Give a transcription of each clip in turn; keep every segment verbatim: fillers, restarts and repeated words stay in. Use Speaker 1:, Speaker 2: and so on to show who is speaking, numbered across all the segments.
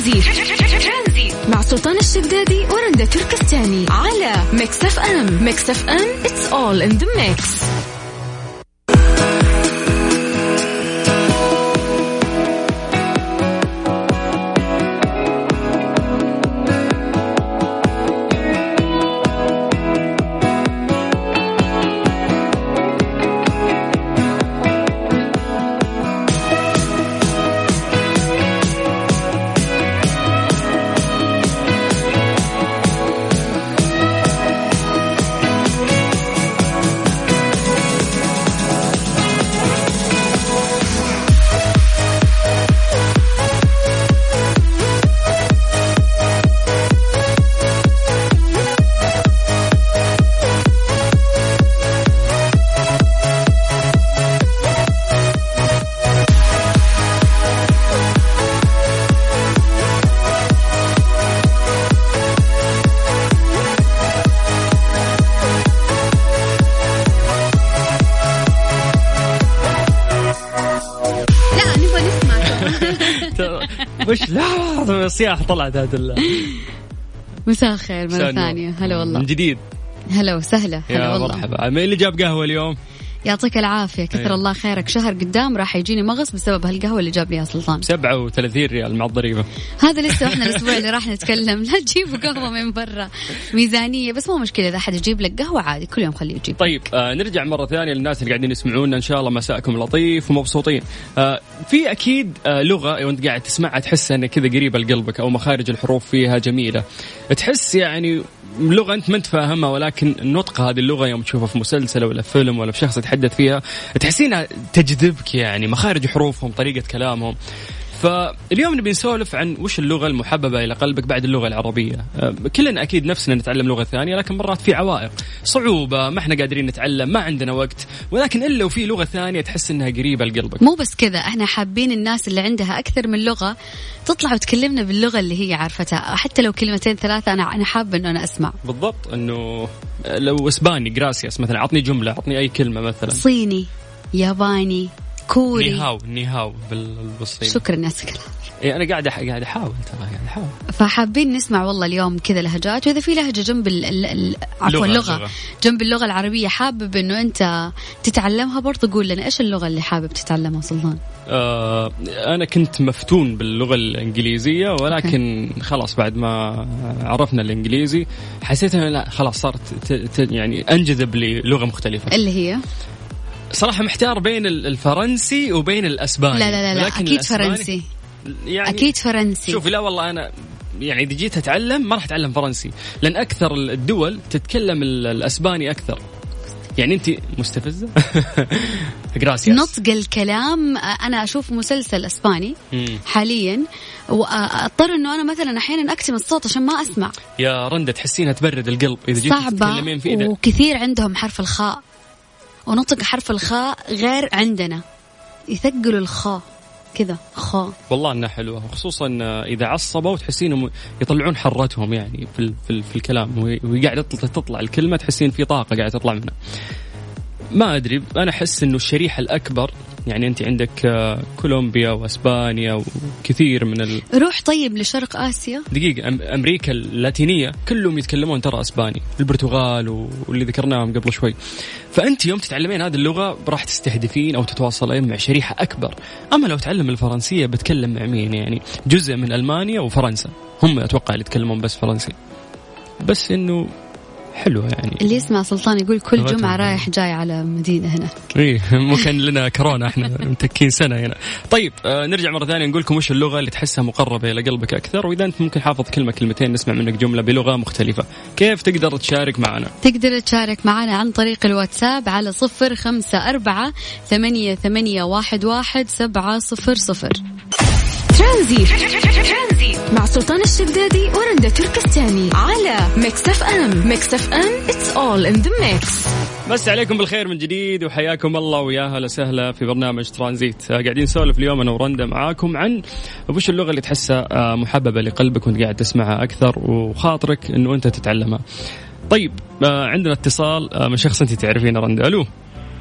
Speaker 1: ترانزيت مع سلطان الشدادي ورندا تركستاني على ميكس اف ام. ميكس اف ام it's all in the mix.
Speaker 2: وش لا صياح طلعت هذا.
Speaker 3: مساء الخير مرة ثانية. هلا والله
Speaker 2: من جديد.
Speaker 3: هلا وسهلا. هلا والله.
Speaker 2: مرحبا. مين اللي جاب قهوة اليوم؟
Speaker 3: يعطيك العافية كثر أيه. الله خيرك. شهر قدام راح يجيني مغص بسبب هالقهوة اللي جاب لي يا سلطان.
Speaker 2: سبعة وثلاثين ريال مع الضريبة.
Speaker 3: هذا لسه احنا الأسبوع اللي راح نتكلم. لا تجيبوا قهوة من برا ميزانية، بس مو مشكلة إذا أحد يجيب لك قهوة عادي كل يوم خليه يجيب.
Speaker 2: طيب آه نرجع مرة ثانية للناس اللي قاعدين يسمعونا، إن شاء الله مساءكم لطيف ومبسوطين. آه في أكيد آه لغة وأنت قاعد تسمعها تحس أنها كذا قريبة لقلبك، أو مخارج الحروف فيها جميلة، تحس يعني لغة أنت ما تفهمها، ولكن نطق هذه اللغة يوم تشوفها في مسلسل ولا فيلم ولا في شخص يتحدث فيها تحسينها تجذبك، يعني مخارج حروفهم، طريقة كلامهم. فاليوم نبي نسولف عن وش اللغة المحببة إلى قلبك بعد اللغة العربية. كلنا أكيد نفسنا نتعلم لغة ثانية، لكن مرات في عوائق، صعوبة، ما احنا قادرين نتعلم، ما عندنا وقت، ولكن إلا وفي لغة ثانية تحس إنها قريبة لقلبك.
Speaker 3: مو بس كذا، احنا حابين الناس اللي عندها أكثر من لغة تطلع وتكلمنا باللغة اللي هي عارفتها، حتى لو كلمتين ثلاثة أنا أنا حابة إنه أنا أسمع.
Speaker 2: بالضبط، إنه لو إسباني جراسياس مثلا، عطني جملة، عطني أي كلمة مثلا.
Speaker 3: صيني، ياباني، كوري.
Speaker 2: نيهاو نيهاو بالصين.
Speaker 3: شكرا ناسك.
Speaker 2: إيه أنا قاعد قاعد أحاول ترى قاعد أحاول.
Speaker 3: فحابين نسمع والله اليوم كذا لهجات، وإذا في لهجة جنب ال ال عفوا اللغة جنب اللغة العربية حابب إنه أنت تتعلمها برضه قول لنا إيش اللغة اللي حابب تتعلمها سلطان.
Speaker 2: آه أنا كنت مفتون باللغة الإنجليزية، ولكن أوكي. خلاص بعد ما عرفنا الإنجليزي حسيت إنه لا خلاص صارت يعني أنجذب للغة مختلفة
Speaker 3: اللي هي
Speaker 2: صراحة محتار بين الفرنسي وبين الأسباني.
Speaker 3: لا لا لا, لا أكيد فرنسي يعني. أكيد فرنسي.
Speaker 2: شوفي لا والله أنا يعني إذا جيت أتعلم ما راح أتعلم فرنسي، لأن أكثر الدول تتكلم الأسباني أكثر. يعني أنت مستفزة.
Speaker 3: نطق الكلام. أنا أشوف مسلسل أسباني حاليا وأضطر إنه أنا مثلا أحيانا أكتم الصوت عشان ما أسمع.
Speaker 2: يا رندة تحسينها تبرد القلب إذا جيت تتكلمين فيه.
Speaker 3: وكثير عندهم حرف الخاء، ونطق حرف الخاء غير عندنا، يثقلوا الخاء كذا خاء.
Speaker 2: والله انها حلوه، وخصوصا اذا عصبوا وتحسينهم يطلعون حرتهم يعني في في, في الكلام، وقاعد تطلع الكلمه تحسين في طاقه قاعده تطلع منها. ما ادري، انا احس انه الشريحه الاكبر يعني انت عندك كولومبيا واسبانيا وكثير من ال...
Speaker 3: روح طيب لشرق اسيا
Speaker 2: دقيقه، امريكا اللاتينيه كلهم يتكلمون ترى اسباني، البرتغال واللي ذكرناهم قبل شوي. فانت يوم تتعلمين هذه اللغه راح تستهدفين او تتواصلين مع شريحه اكبر. اما لو تعلم الفرنسيه بتكلم مع مين؟ يعني جزء من المانيا وفرنسا هم اتوقع اللي يتكلمون بس فرنسي، بس انه حلو يعني.
Speaker 3: اللي يسمع سلطان يقول كل جمعة رايح جاي على مدينة هنا.
Speaker 2: إيه مو كان لنا كورونا احنا متكين سنة هنا. طيب آه نرجع مرة ثانية نقول لكم وش اللغة اللي تحسها مقربة إلى قلبك أكثر، وإذا أنت ممكن حافظ كلمة كلمتين نسمع منك جملة بلغة مختلفة. كيف تقدر تشارك معنا؟
Speaker 3: تقدر تشارك معنا عن طريق الواتساب على صفر خمسة أربعة ثمانية ثمانية واحد واحد سبعة صفر صفر.
Speaker 1: ترانزيت مع سلطان الشدادي ورندا تركستاني على ميكس اف ام. ميكس اف ام it's all in the mix.
Speaker 2: بس عليكم بالخير من جديد وحياكم الله ويا هلا سهلا في برنامج ترانزيت. قاعدين نسولف اليوم انا ورندا معاكم عن وش اللغة اللي تحسها محببة لقلبك وانت قاعد تسمعها اكثر وخاطرك انه انت تتعلمها. طيب عندنا اتصال من شخص انت تعرفينه رندا. الو.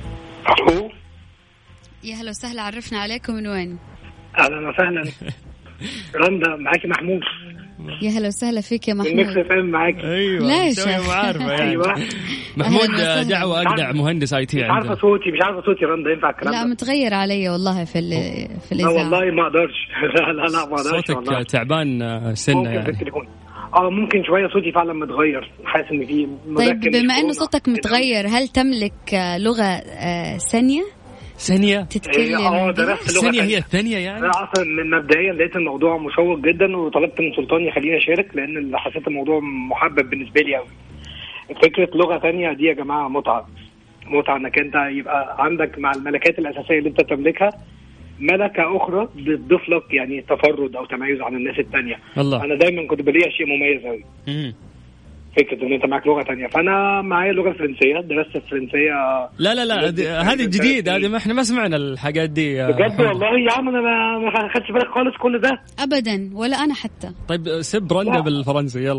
Speaker 4: الو.
Speaker 3: يا هلا وسهلا، عرفنا عليكم من وين؟
Speaker 4: اهلا وسهلا. رندا معاكي محمود.
Speaker 3: يا هلا وسهلا فيك يا محمود.
Speaker 4: الميكس اف ام معاكي.
Speaker 2: ايوه
Speaker 3: لا يا
Speaker 2: مسوي
Speaker 3: شيخ.
Speaker 2: معارفه يعني.
Speaker 4: ايوه
Speaker 2: محمود دعوه اجدع مهندس اي تي
Speaker 4: مش عارفه
Speaker 2: عنده.
Speaker 4: صوتي مش عارفه صوتي رندا ينفع الكلام
Speaker 3: لا
Speaker 4: ده؟
Speaker 3: متغير علي والله في ال- في
Speaker 4: لا
Speaker 3: الاذاعه.
Speaker 4: والله ما اقدرش. لا لا لا ما اقدرش والله.
Speaker 2: صوتك تعبان سنه
Speaker 4: ممكن في
Speaker 2: يعني.
Speaker 4: التليفون. اه ممكن شويه صوتي فعلا متغير، حاسس ان في
Speaker 3: طيب بما انه صوتك متغير، هل تملك آه، لغه آه، ثانيه
Speaker 2: ثانيه
Speaker 3: تتكلم
Speaker 4: اه درست لغه
Speaker 2: الثانيه هي
Speaker 4: ثانية.
Speaker 2: الثانيه يعني.
Speaker 4: انا اصلا من مبدئيا لقيت الموضوع مشوق جدا، وطلبت من سلطان يخليني اشارك لان حسيت الموضوع محبب بالنسبه لي قوي. فكره لغه ثانيه دي يا جماعه متعه متعه انك انت يبقى عندك مع الملكات الاساسيه اللي انت تملكها ملكه اخرى بتضيف لك يعني تفرد او تميز عن الناس الثانيه. انا دايما كنت بلاقي شيء مميز قوي فكره ان انت معاك لغه ثانيه. فانا معايا اللغه الفرنسيه، درست الفرنسيه.
Speaker 2: لا لا لا هذه جديد، هذه ما احنا ما سمعنا الحاجات دي
Speaker 4: بجد والله يا عم. انا ما خدتش بالك خالص كل ده
Speaker 3: ابدا ولا انا حتى.
Speaker 2: طيب سب رندا بالفرنسي يلا.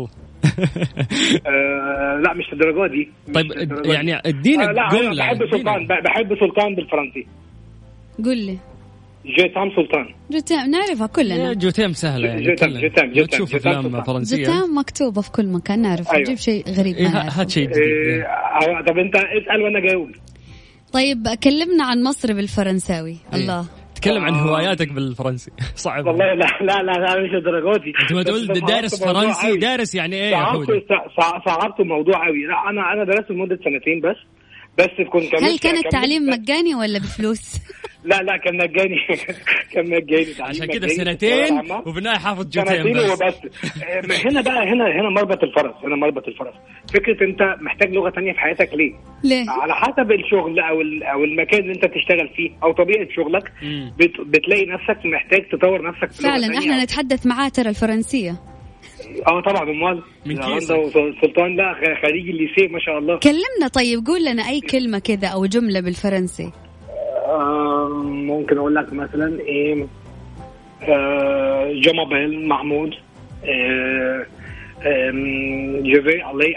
Speaker 4: آه لا مش الدرجه دي.
Speaker 2: طيب يعني ادينا
Speaker 4: آه جمله. بحب سلطان بحب سلطان بالفرنسي.
Speaker 3: قول لي.
Speaker 4: جوتام سلطان.
Speaker 3: جوتام نعرفها كلنا.
Speaker 2: جوتام سهله يعني.
Speaker 4: جوتام جوتام جوتام
Speaker 2: تشوف افلام فرنسيه
Speaker 3: جوتام مكتوبه في كل مكان نعرف.
Speaker 4: أيوة.
Speaker 3: نجيب شيء غريب ما نعرف.
Speaker 2: هات شيء جديد.
Speaker 4: إيه طب انت اسال وانا جاوب.
Speaker 3: طيب كلمنا عن مصر بالفرنساوي. إيه. الله
Speaker 2: تكلم عن هواياتك بالفرنسي. صعب
Speaker 4: والله. لا لا لا, لا مش درجاتي.
Speaker 2: انت ما تقول دارس فرنسي دارس يعني ايه يا حودي؟
Speaker 4: صعبت الموضوع قوي. لا انا انا درست لمده سنتين بس بس كنت كمان.
Speaker 3: هل كان التعليم مجاني ولا بفلوس؟
Speaker 4: لا لا كان مجاني. كان مجاني.
Speaker 2: عشان كده سنتين وفي النهايه حافظ جوتين
Speaker 4: بس. بس هنا بقى هنا هنا مربط الفرس. هنا مربط الفرس فكره انت محتاج لغه تانية في حياتك ليه؟
Speaker 3: ليه؟
Speaker 4: على حسب الشغل او او المكان اللي انت بتشتغل فيه او طبيعه شغلك بت بتلاقي نفسك محتاج تطور نفسك في
Speaker 3: فعلا. احنا نتحدث معاه ترى الفرنسيه.
Speaker 4: اه طبعا امال
Speaker 2: من
Speaker 4: سلطان. لا خريج الليسيه ما شاء الله.
Speaker 3: كلمنا طيب قول لنا اي كلمه كذا او جمله بالفرنسي.
Speaker 4: آه ممكن اقول لك مثلا ايه. آه جمابيل محمود. آه جوفي علي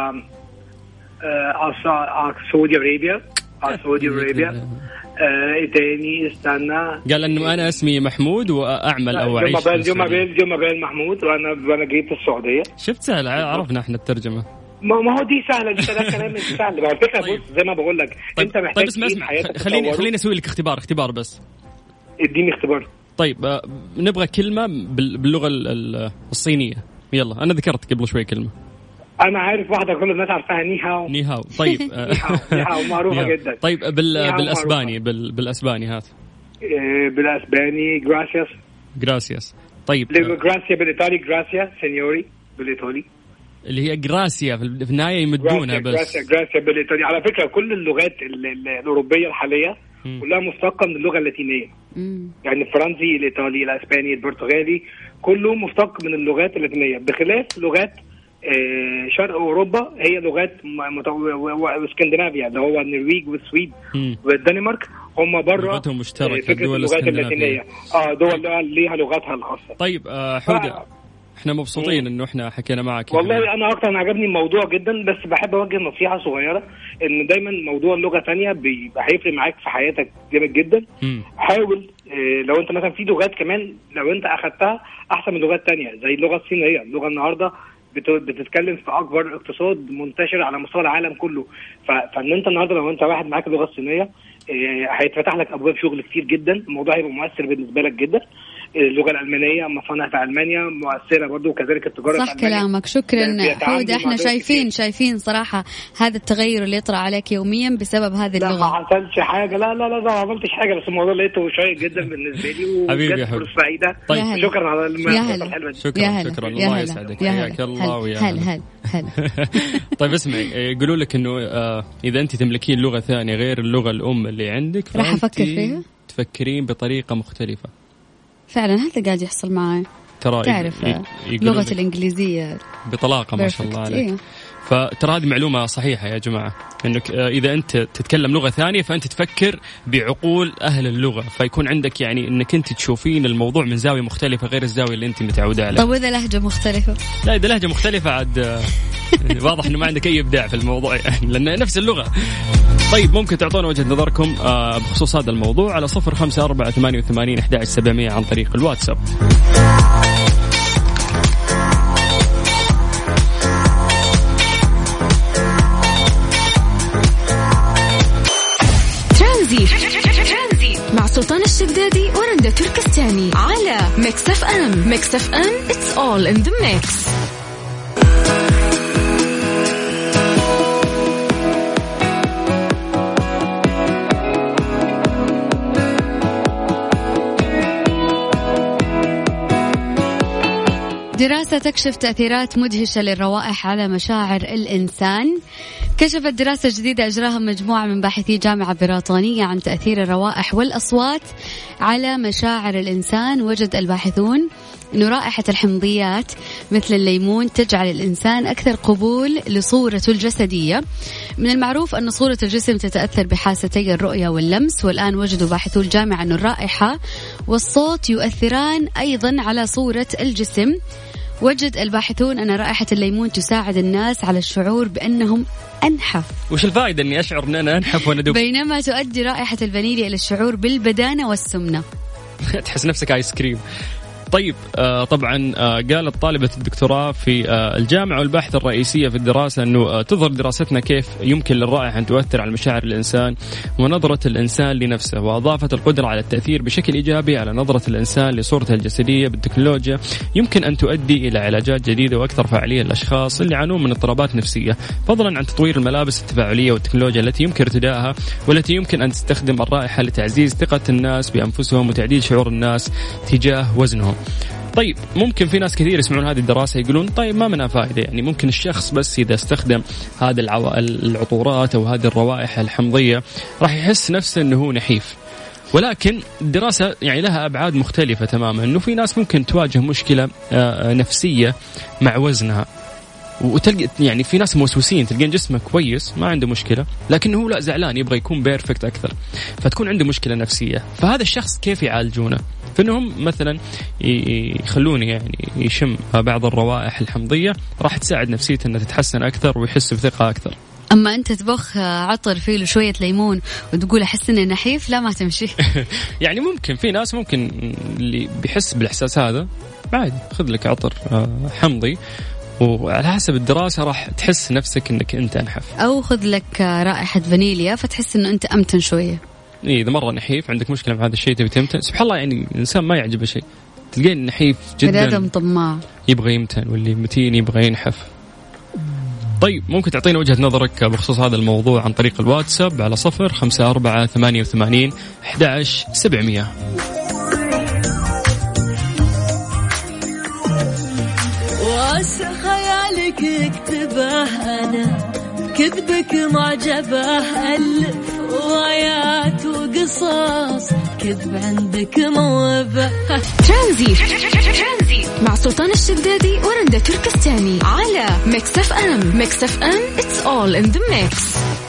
Speaker 4: ا سعودي ارابيا سعودي ارابيا. ايه تاني استنى.
Speaker 2: قال انه انا اسمي محمود واعمل او اعيش.
Speaker 4: جمابيل جمابيل جمابيل محمود وانا وانا جيت السعوديه.
Speaker 2: شفت سهل عرفنا احنا الترجمه.
Speaker 4: ما هو دي سهله. دي ده كلام سهل. على فكره طيب. بص زي ما بقول لك طيب. انت محتاج
Speaker 2: طيب اسمع خليني خليني اسوي لك اختبار اختبار بس.
Speaker 4: اديني اختبار.
Speaker 2: طيب آه نبغى كلمه باللغه الصينيه. يلا انا ذكرت قبل شوي كلمه.
Speaker 4: انا عارف واحده كل الناس عارفاها. ني هاو.
Speaker 2: ني هاو. طيب
Speaker 4: ني هاو معروفه جدا.
Speaker 2: طيب بال بالاسباني بال بالاسباني هات.
Speaker 4: إيه بالاسباني جراسياس.
Speaker 2: جراسياس. طيب
Speaker 4: جراسيا بالايطالي جراسيا سينيوري بالايطالي.
Speaker 2: اللي هي جراسيا في النهايه يمدونها بس.
Speaker 4: جراسيا جراسيا بالايطالي. على فكره كل اللغات الاوروبيه الحاليه كلها مشتقه من اللغه اللاتينيه. مم. يعني الفرنسي الايطالي الاسباني البرتغالي كله مشتق من اللغات اللاتينيه بخلاف لغات آه شرق اوروبا. هي لغات اسكندنافيا اللي هو النرويج والسويد والدنمارك هم بره
Speaker 2: لغتهم مشتركه.
Speaker 4: فكره اللغات اللاتينيه اه دول ليها لغتها الخاصه.
Speaker 2: طيب آه حودة ف... احنا مبسوطين انه احنا حكينا معك.
Speaker 4: والله يعني. انا اكتر عجبني الموضوع جدا. بس بحب اوجه نصيحه صغيره ان دايما موضوع اللغه ثانيه بيبقى هيفرق معاك في حياتك جامد جدا. م. حاول اه لو انت مثلا في لغات كمان لو انت اخذتها احسن من لغات ثانيه زي اللغه الصينيه. اللغه النهارده بتتكلم في اكبر اقتصاد منتشر على مستوى العالم كله. فان انت النهارده لو انت واحد معاك اللغه الصينيه هيتفتح لك ابواب شغل كتير جدا. الموضوع هيبقى مؤثر بالنسبه لك جدا. اللغه الالمانيه مصانع في المانيا مؤثره برضو وكذلك التجاره
Speaker 3: صح في ألمانيا. كلامك شكرا حودة. احنا شايفين كتير. شايفين صراحه هذا التغير اللي يطرأ عليك يوميا بسبب هذه اللغه.
Speaker 4: لا ما حصلش حاجه. لا لا لا ما عملتش حاجه بس الموضوع لقيته شيق جدا بالنسبه لي وبجد فرصه سعيده.
Speaker 2: طيب.
Speaker 4: شكرا على المحادثه الحلوه دي.
Speaker 2: شكرا شكرا الله يسعدك. حياك الله ويا
Speaker 3: هلا هلا هلا.
Speaker 2: طيب اسمعي يقولوا لك انه آه اذا انت تملكين لغه ثانيه غير اللغه الام اللي عندك
Speaker 3: راح افكر فيها.
Speaker 2: تفكرين بطريقه مختلفه.
Speaker 3: فعلا هذا قاعد يحصل معي.
Speaker 2: ترى
Speaker 3: تعرف لغة الإنجليزية
Speaker 2: بطلاقة ما شاء الله عليك. إيه؟ فترى هذه معلومة صحيحة يا جماعة إنك إذا أنت تتكلم لغة ثانية فأنت تفكر بعقول أهل اللغة فيكون عندك يعني إنك أنت تشوفين الموضوع من زاوية مختلفة غير الزاوية اللي أنت متعودة عليها.
Speaker 3: طب وإذا لهجة مختلفة؟
Speaker 2: لا إذا لهجة مختلفة عاد واضح إنه ما عندك أي إبداع في الموضوع يعني لأن نفس اللغة. طيب ممكن تعطونا وجهة نظركم بخصوص هذا الموضوع على صفر خمسة أربعة ثمانية وثمانين أحد عشر سبعمية عن طريق الواتساب.
Speaker 1: مع سلطان الشدادي ورندا تركستاني على ميكس اف ام. ميكس اف ام it's all in the mix.
Speaker 3: دراسة تكشف تأثيرات مدهشة للروائح على مشاعر الإنسان. كشفت دراسة جديدة أجراها مجموعة من باحثي جامعة بريطانية عن تأثير الروائح والأصوات على مشاعر الإنسان. وجد الباحثون أن رائحة الحمضيات مثل الليمون تجعل الإنسان أكثر قبول لصورته الجسدية. من المعروف أن صورة الجسم تتأثر بحاستي الرؤية واللمس، والآن وجدوا باحثو الجامعة أن الرائحة والصوت يؤثران أيضا على صورة الجسم. وجد الباحثون أن رائحة الليمون تساعد الناس على الشعور بأنهم أنحف.
Speaker 2: وش الفائدة أني أشعر أن أنا أنحف وأنا دب؟
Speaker 3: بينما تؤدي رائحة الفانيليا إلى الشعور بالبدانة والسمنة.
Speaker 2: تحس نفسك آيس كريم. طيب آه طبعا آه قالت طالبة الدكتوراه في آه الجامعة والباحثة الرئيسية في الدراسة أنه آه تظهر دراستنا كيف يمكن للرائحة أن تؤثر على مشاعر الإنسان ونظرة الإنسان لنفسه، وأضافت القدرة على التأثير بشكل إيجابي على نظرة الإنسان لصورته الجسدية بالتكنولوجيا يمكن أن تؤدي إلى علاجات جديدة وأكثر فعالية للأشخاص اللي يعانون من اضطرابات نفسية، فضلا عن تطوير الملابس التفاعلية والتكنولوجيا التي يمكن ارتدائها والتي يمكن أن تستخدم الرائحة لتعزيز ثقة الناس بأنفسهم وتعديل شعور الناس تجاه وزنهم. طيب ممكن في ناس كثير يسمعون هذه الدراسة يقولون طيب ما منها فائدة، يعني ممكن الشخص بس إذا استخدم هذه العطورات أو هذه الروائح الحمضية راح يحس نفسه أنه هو نحيف. ولكن الدراسة يعني لها أبعاد مختلفة تماما، أنه في ناس ممكن تواجه مشكلة نفسية مع وزنها، وتلقى يعني في ناس موسوسين تلقين جسمه كويس ما عنده مشكلة لكنه هو لا زعلان يبغى يكون بيرفكت أكثر، فتكون عنده مشكلة نفسية. فهذا الشخص كيف يعالجونه؟ فإنهم مثلا يخلونه يعني يشم بعض الروائح الحمضية راح تساعد نفسيته أنها تتحسن أكثر ويحس بثقة أكثر.
Speaker 3: أما أنت تبخ عطر فيه له شوية ليمون وتقول أحس إنه نحيف، لا ما تمشي.
Speaker 2: يعني ممكن في ناس ممكن اللي بيحس بالإحساس هذا عادي خذ لك عطر حمضي وعلى حسب الدراسة راح تحس نفسك إنك أنت أنحف،
Speaker 3: أو خذ لك رائحة فانيليا فتحس إنه أنت أمتن شوية.
Speaker 2: إيه إذا مرة نحيف عندك مشكلة مع هذا الشيء تبي تمتن، سبحان الله يعني الإنسان ما يعجبه شيء تلقين نحيف جدا
Speaker 3: بدأ طماع
Speaker 2: يبغى يمتن واللي متين يبغى ينحف. طيب ممكن تعطينا وجهة نظرك بخصوص هذا الموضوع عن طريق الواتساب على صفر خمسة أربعة ثمانية وثمانين أحد عشر سبعمية.
Speaker 5: وش خيالك اكتبه أنا كذبك معجبه ألف روايات وقصص كذب عندك موهبة.
Speaker 1: ترانزي مع سلطان الشدادي ورندا تركستاني على ميكس اف ام. ميكس اف ام it's all in the mix.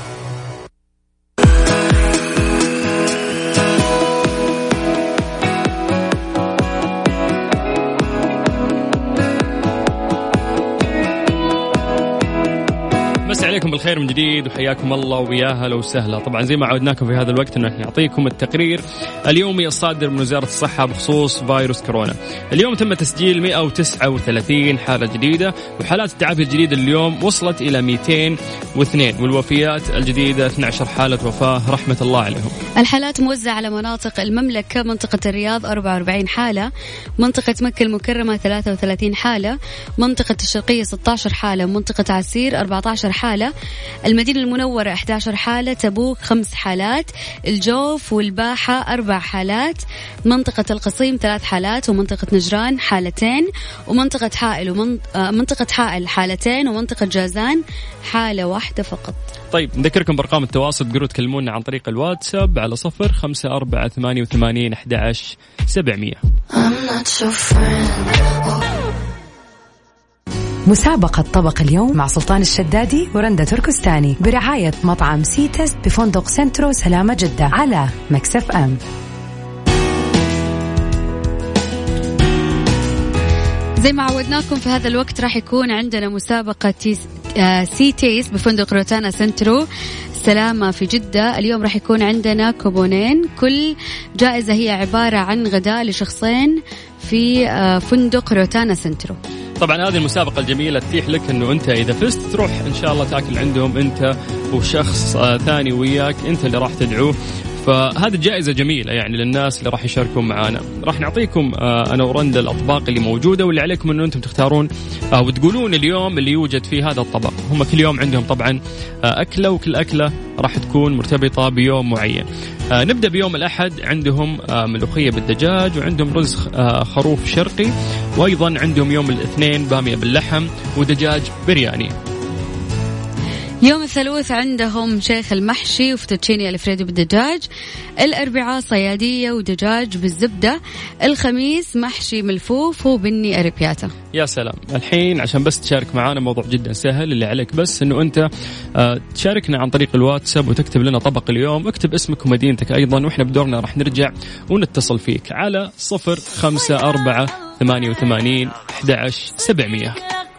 Speaker 2: عليكم بالخير من جديد وحياكم الله ويا هلا وسهلا. طبعا زي ما عودناكم في هذا الوقت انه نعطيكم التقرير اليومي الصادر من وزارة الصحة بخصوص فيروس كورونا. اليوم تم تسجيل مئة وتسعة وثلاثين حالة جديدة، وحالات التعافي الجديدة اليوم وصلت إلى مئتين واثنين، والوفيات الجديدة اثنتي عشرة حالة وفاة رحمة الله عليهم.
Speaker 3: الحالات موزعة على مناطق المملكة: منطقة الرياض أربعة وأربعين حالة، منطقة مكة المكرمة ثلاثة وثلاثين حالة، منطقة الشرقية ستة عشر حالة، منطقة عسير أربعة عشر حالة، المدينة المنورة أحد عشر حالة، تبوك خمس حالات، الجوف والباحة أربع حالات، منطقة القصيم ثلاث حالات، ومنطقة نجران حالتين، ومنطقة حائل ومنطقة حائل حالتين، ومنطقة جازان حالة واحدة فقط.
Speaker 2: طيب نذكركم بأرقام التواصل، تقدروا تكلمونا عن طريق الواتساب على صفر خمسة أربعة ثمانية وثمانين أحد عشر سبعمية.
Speaker 6: مسابقة طبق اليوم مع سلطان الشدادي ورندا تركستاني برعاية مطعم سيتست بفندق سنترو سلامة جدة على ميكس اف ام.
Speaker 3: زي ما عودناكم في هذا الوقت راح يكون عندنا مسابقة تيس سي تيس بفندق روتانا سنترو السلامة في جدة. اليوم راح يكون عندنا كوبونين، كل جائزة هي عبارة عن غداء لشخصين في فندق روتانا سنترو.
Speaker 2: طبعا هذه المسابقة الجميلة تتيح لك أنه أنت إذا فزت تروح إن شاء الله تاكل عندهم أنت وشخص ثاني وياك أنت اللي راح تدعوه. فهذه الجائزة جميلة يعني للناس اللي راح يشاركون معنا. راح نعطيكم أنا ورندا الأطباق اللي موجودة، واللي عليكم أنه أنتم تختارون وتقولون اليوم اللي يوجد فيه هذا الطبق. هم كل يوم عندهم طبعا أكلة، وكل أكلة راح تكون مرتبطة بيوم معين. نبدأ بيوم الأحد عندهم ملوخية بالدجاج، وعندهم رز خروف شرقي، وأيضا عندهم يوم الاثنين بامية باللحم ودجاج برياني.
Speaker 3: يوم الثلاث عندهم شيخ المحشي وفتوتشيني الفريدو بالدجاج. الأربعاء صيادية ودجاج بالزبدة. الخميس محشي ملفوف وبني أريبياتا.
Speaker 2: يا سلام. الحين عشان بس تشارك معانا موضوع جدا سهل، اللي عليك بس انه انت آه تشاركنا عن طريق الواتساب وتكتب لنا طبق اليوم، اكتب اسمك ومدينتك ايضا، واحنا بدورنا راح نرجع ونتصل فيك على صفر خمسة أربعة ثمانية وثمانين أحد عشر سبعمية.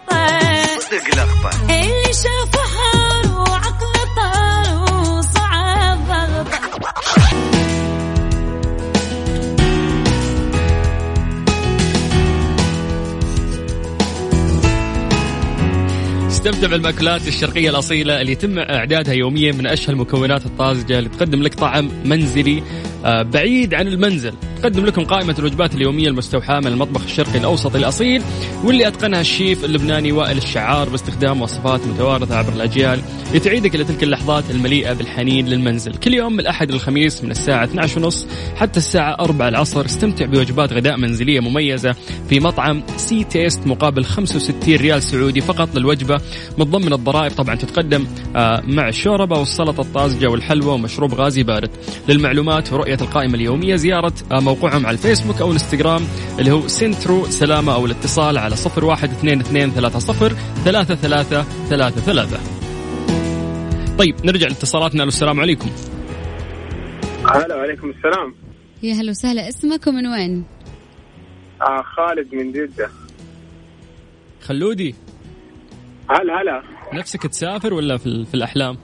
Speaker 2: استمتع بالمأكولات الشرقية الأصيلة اللي يتم إعدادها يوميا من أشهى المكونات الطازجة اللي تقدم لك طعم منزلي بعيد عن المنزل. تقدم لكم قائمة الوجبات اليومية المستوحاة من المطبخ الشرقي الأوسط الأصيل، واللي أتقنها الشيف اللبناني وائل الشعار باستخدام وصفات متوارثة عبر الأجيال لتعيدك إلى تلك اللحظات المليئة بالحنين للمنزل. كل يوم من الأحد الخميس من الساعة اثنتي عشرة وثلاثين حتى الساعة أربعة العصر استمتع بوجبات غداء منزلية مميزة في مطعم سي تيست مقابل خمسة وستين ريال سعودي فقط للوجبة، متضمن الضرائب طبعا. تتقدم مع الشوربة والسلطة الطازجة والحلوى ومشروب غازي بارد. للمعلومات ورؤية القائمة اليومية زيارة موقعهم على الفيسبوك أو الانستغرام اللي هو سنترو سلامة، أو الاتصال على صفر واحد اثنين اثنين ثلاثة صفر ثلاثة ثلاثة ثلاثة ثلاثة. طيب نرجع لاتصالاتنا. السلام عليكم.
Speaker 7: هلا وعليكم السلام.
Speaker 3: يا هلا وسهلا، اسمك ومن وين؟
Speaker 7: آه خالد من جدة.
Speaker 2: خلودي.
Speaker 7: هلا هلا.
Speaker 2: نفسك تسافر ولا في, في الأحلام؟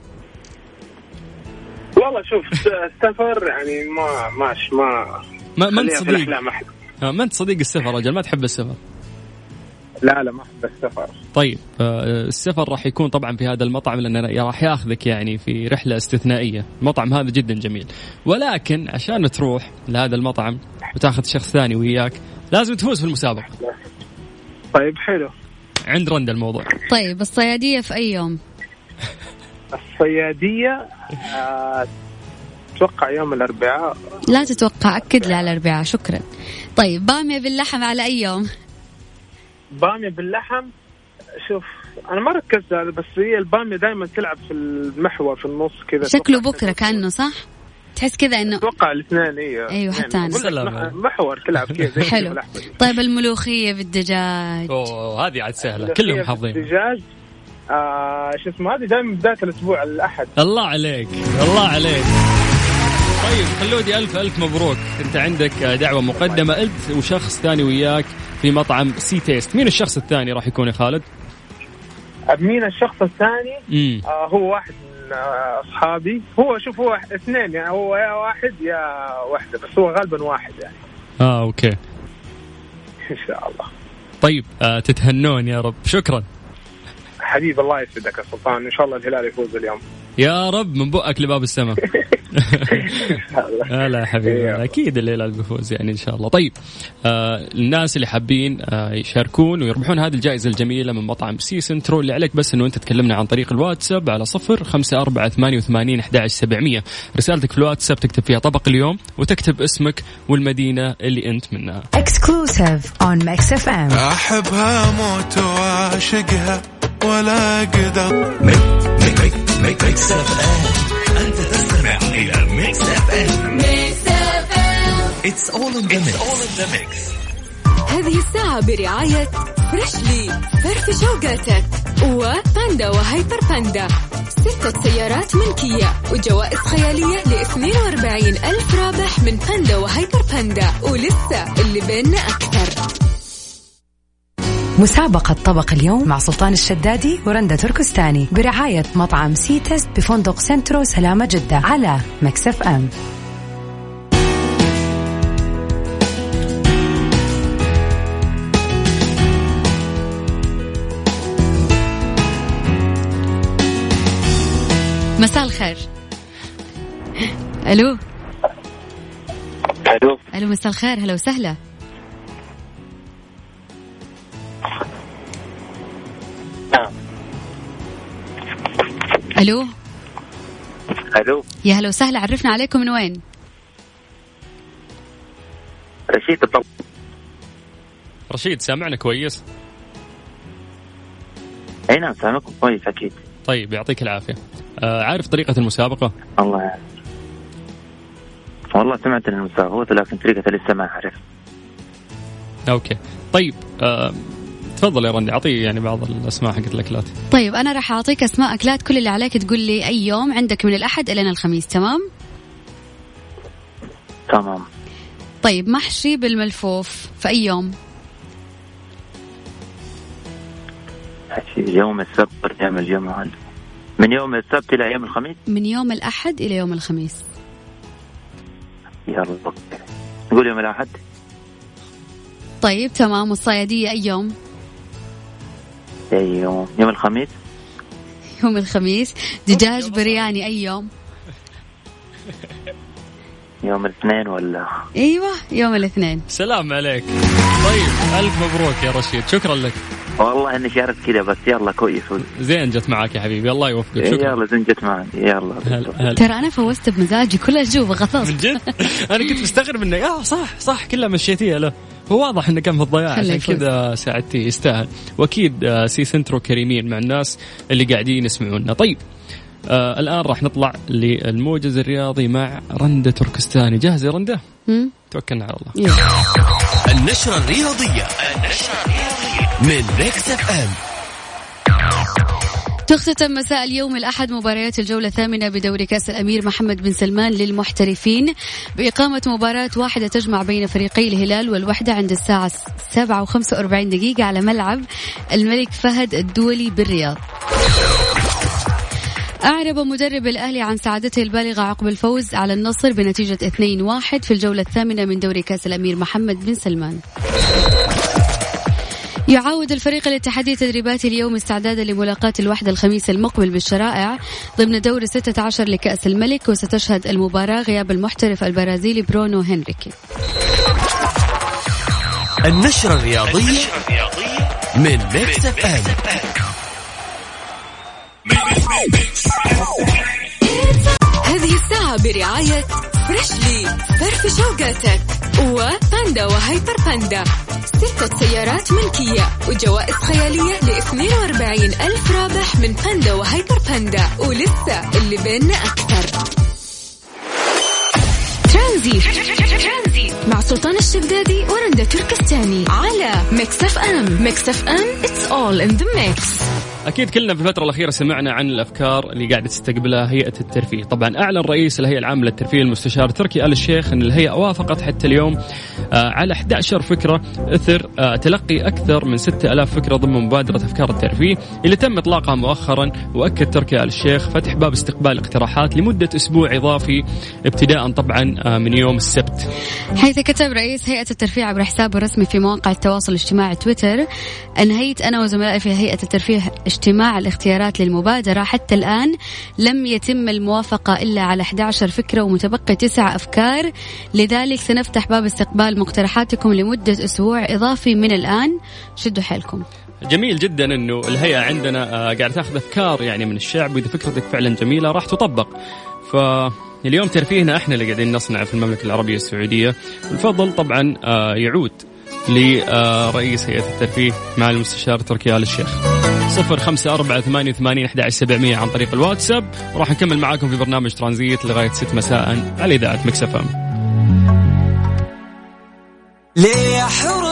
Speaker 7: والله شوف السفر يعني ما ماش ما
Speaker 2: ما ما انت صديق ما انت صديق السفر رجل، ما تحب السفر؟
Speaker 7: لا لا ما احب السفر.
Speaker 2: طيب السفر راح يكون طبعا في هذا المطعم، لأنه راح ياخذك يعني في رحلة استثنائية. المطعم هذا جدا جميل، ولكن عشان تروح لهذا المطعم وتاخذ شخص ثاني وياك لازم تفوز في المسابقة.
Speaker 7: طيب حلو.
Speaker 2: عند رند الموضوع.
Speaker 3: طيب الصيادية في أي يوم؟
Speaker 7: الصيادية أتوقع آه يوم الأربعاء.
Speaker 3: لا تتوقع، أكد لي على الأربعاء. شكرا. طيب بامية باللحم على أي يوم؟
Speaker 7: بامية باللحم شوف أنا ما ركزت هذا، بس هي البامية دائما تلعب في المحور في النص كذا.
Speaker 3: شكله بكرة كأنه صح؟ تحس كذا إنه
Speaker 7: أتوقع الاثنين. إيه
Speaker 3: أيوة حتى أنا
Speaker 7: محور تلعب كذا.
Speaker 3: حلو. طيب الملوخية بالدجاج.
Speaker 2: أوه هذه عاد سهلة، كلهم حافظين.
Speaker 7: الدجاج آه شو اسمه هذه دائما بداية الأسبوع الأحد.
Speaker 2: الله عليك الله عليك. طيب خلودي ألف ألف مبروك، أنت عندك دعوة مقدمة أنت وشخص ثاني وياك في مطعم سي تيست. مين الشخص الثاني راح يكون يا خالد؟
Speaker 7: مين الشخص الثاني؟ آه هو واحد من أصحابي. هو شوف هو اثنين يعني، هو يا واحد يا واحدة، بس هو غالبا واحد يعني.
Speaker 2: آه أوكي
Speaker 7: إن شاء الله.
Speaker 2: طيب آه تتهنون يا رب. شكرا
Speaker 7: حبيب. الله يسعدك يا سلطان، إن شاء الله الهلال يفوز اليوم
Speaker 2: يا رب. من بؤك لباب السماء. لا لا حبيبي أكيد الهلال بيفوز يعني إن شاء الله. طيب آه الناس اللي حابين آه يشاركون ويربحون هذه الجائزة الجميلة من مطعم سي سنترو، اللي عليك بس إنه أنت تكلمنا عن طريق الواتساب على صفر خمسة أربعة ثمانية وثمانين أحد عشر سبعمية. رسالتك في الواتساب تكتب فيها طبق اليوم وتكتب اسمك والمدينة اللي أنت منها.
Speaker 6: Exclusive on Mix إف إم.
Speaker 8: أحبها موت وأعشقها ولا قدر. ميكس إف إم. أنت تستمع إلى ميكس إف إم. ميكس إف إم. It's all in the mix.
Speaker 1: هذه الساعة برعاية فريشلي فرف شوقاتك وباندا وهايبر باندا. ستة سيارات ملكية وجوائز خيالية لاثنين وأربعين ألف رابح من باندا وهايبر باندا، ولسه اللي بيننا أكثر.
Speaker 6: مسابقة طبق اليوم مع سلطان الشدادي ورندا تركستاني برعاية مطعم سيتست بفندق سنترو سلامة جدة على ميكس اف ام.
Speaker 3: مساء الخير. الو
Speaker 9: الو
Speaker 3: الو مساء الخير، هلا وسهلا. الو
Speaker 9: الو
Speaker 3: يا هلا وسهلا، عرفنا عليكم من وين؟
Speaker 9: رشيد. طب
Speaker 2: رشيد سامعنا كويس؟
Speaker 9: اي نعم سامعكم كويس اكيد.
Speaker 2: طيب يعطيك العافيه. آه عارف طريقه المسابقه؟
Speaker 9: الله يعني. والله سمعت المسابقه لكن طريقه لسه ما اعرف.
Speaker 2: اوكي طيب آه تفضل يا رندي، اعطيه يعني بعض الاسماء حقت الاكلات.
Speaker 3: طيب انا راح اعطيك اسماء اكلات، كل اللي عليك تقول لي اي يوم عندك من الاحد الى الخميس. تمام
Speaker 9: تمام.
Speaker 3: طيب محشي بالملفوف في اي يوم؟
Speaker 9: يوم السبت ايام الجمعه، من يوم السبت الى يوم الخميس.
Speaker 3: من يوم الاحد الى يوم الخميس.
Speaker 9: يلا نقول يوم الاحد.
Speaker 3: طيب تمام. والصياديه اي يوم؟
Speaker 9: اي يوم يوم الخميس.
Speaker 3: يوم الخميس. دجاج برياني اي يوم؟
Speaker 9: يوم الاثنين ولا؟
Speaker 3: ايوه يوم الاثنين.
Speaker 2: سلام عليك. طيب الف مبروك يا رشيد، شكرا لك.
Speaker 9: والله اني شعرت كذا بس يلا كويس.
Speaker 2: زين جت معك يا حبيبي، الله يوفقك. شكرا.
Speaker 9: يلا زين جت معك. يلا
Speaker 2: هل هل.
Speaker 3: ترى انا فوزت بمزاجي كلها جوبه غطاس.
Speaker 2: من جد انا كنت مستغرب انه اه صح صح كلها مشيتيه له، هو واضح انه كان في الضياع عشان كذا ساعدتيه، يستاهل. واكيد سي سنترو كريمين مع الناس اللي قاعدين يسمعونا. طيب آه الان راح نطلع للموجز الرياضي مع رندا تركستاني. جاهزه يا رندا؟ توكلنا على الله.
Speaker 8: النشرة الرياضية النشرة الرياضية من ميكس اف ام.
Speaker 3: تختتم مساء اليوم الأحد مباريات الجولة الثامنة بدوري كأس الأمير محمد بن سلمان للمحترفين بإقامة مباراة واحدة تجمع بين فريقي الهلال والوحدة عند الساعة سبعة وخمسة وأربعين دقيقة على ملعب الملك فهد الدولي بالرياض. أعرب مدرب الأهلي عن سعادته البالغة عقب الفوز على النصر بنتيجة اثنين واحد في الجولة الثامنة من دوري كأس الأمير محمد بن سلمان. يعاود الفريق الاتحادي تدريبات اليوم استعدادا لملاقاة الوحدة الخميس المقبل بالشرائع ضمن دور ستة عشر لكأس الملك، وستشهد المباراة غياب المحترف البرازيلي برونو هنريكي.
Speaker 8: النشرة الرياضية من ميكس اف ام.
Speaker 1: هذه الساعة برعاية فريشلي فرف شوقاتك وباندا وهايبر باندا، ستة سيارات ملكية وجوائز خيالية ل اثنين وأربعين ألف رابح من باندا وهايبر باندا، ولسه اللي بيننا أكثر. ترانزيت مع سلطان الشدادي ورندا تركستاني على ميكس اف ام. ميكس اف ام it's all in the mix.
Speaker 2: أكيد كلنا في الفترة الأخيرة سمعنا عن الأفكار اللي قاعدة تستقبلها هيئة الترفيه. طبعا أعلن رئيس الهيئة العامة للترفيه المستشار تركي آل الشيخ أن الهيئة وافقت حتى اليوم على أحد عشر فكرة إثر تلقي أكثر من ستة آلاف فكرة ضمن مبادرة أفكار الترفيه اللي تم إطلاقها مؤخرا. وأكد تركي آل الشيخ فتح باب استقبال اقتراحات لمدة أسبوع إضافي ابتداء طبعا من يوم السبت.
Speaker 3: حيث كتب رئيس هيئة الترفيه عبر حسابه الرسمي في مواقع التواصل الاجتماعي تويتر: أنهيت أنا وزملائي في هيئة الترفيه اجتماع الاختيارات للمبادرة. حتى الآن لم يتم الموافقة إلا على أحد عشر فكرة ومتبقي تسع أفكار، لذلك سنفتح باب استقبال مقترحاتكم لمدة أسبوع إضافي من الآن. شدوا حيلكم.
Speaker 2: جميل جدا انه الهيئه عندنا قاعده تاخذ افكار يعني من الشعب، واذا فكرتك فعلا جميله راح تطبق. فاليوم ترفيهنا احنا اللي قاعدين نصنع في المملكه العربيه السعوديه. الفضل طبعا يعود لرئيس هيئه الترفيه مع المستشار تركي آل الشيخ. صفر خمسة أربعة ثمانية ثمانية أحد عشر سبعمية عن طريق الواتساب، وراح نكمل معاكم في برنامج ترانزيت لغايه ستة مساء على اذاعه ميكس اف ام.
Speaker 8: ليه يا حر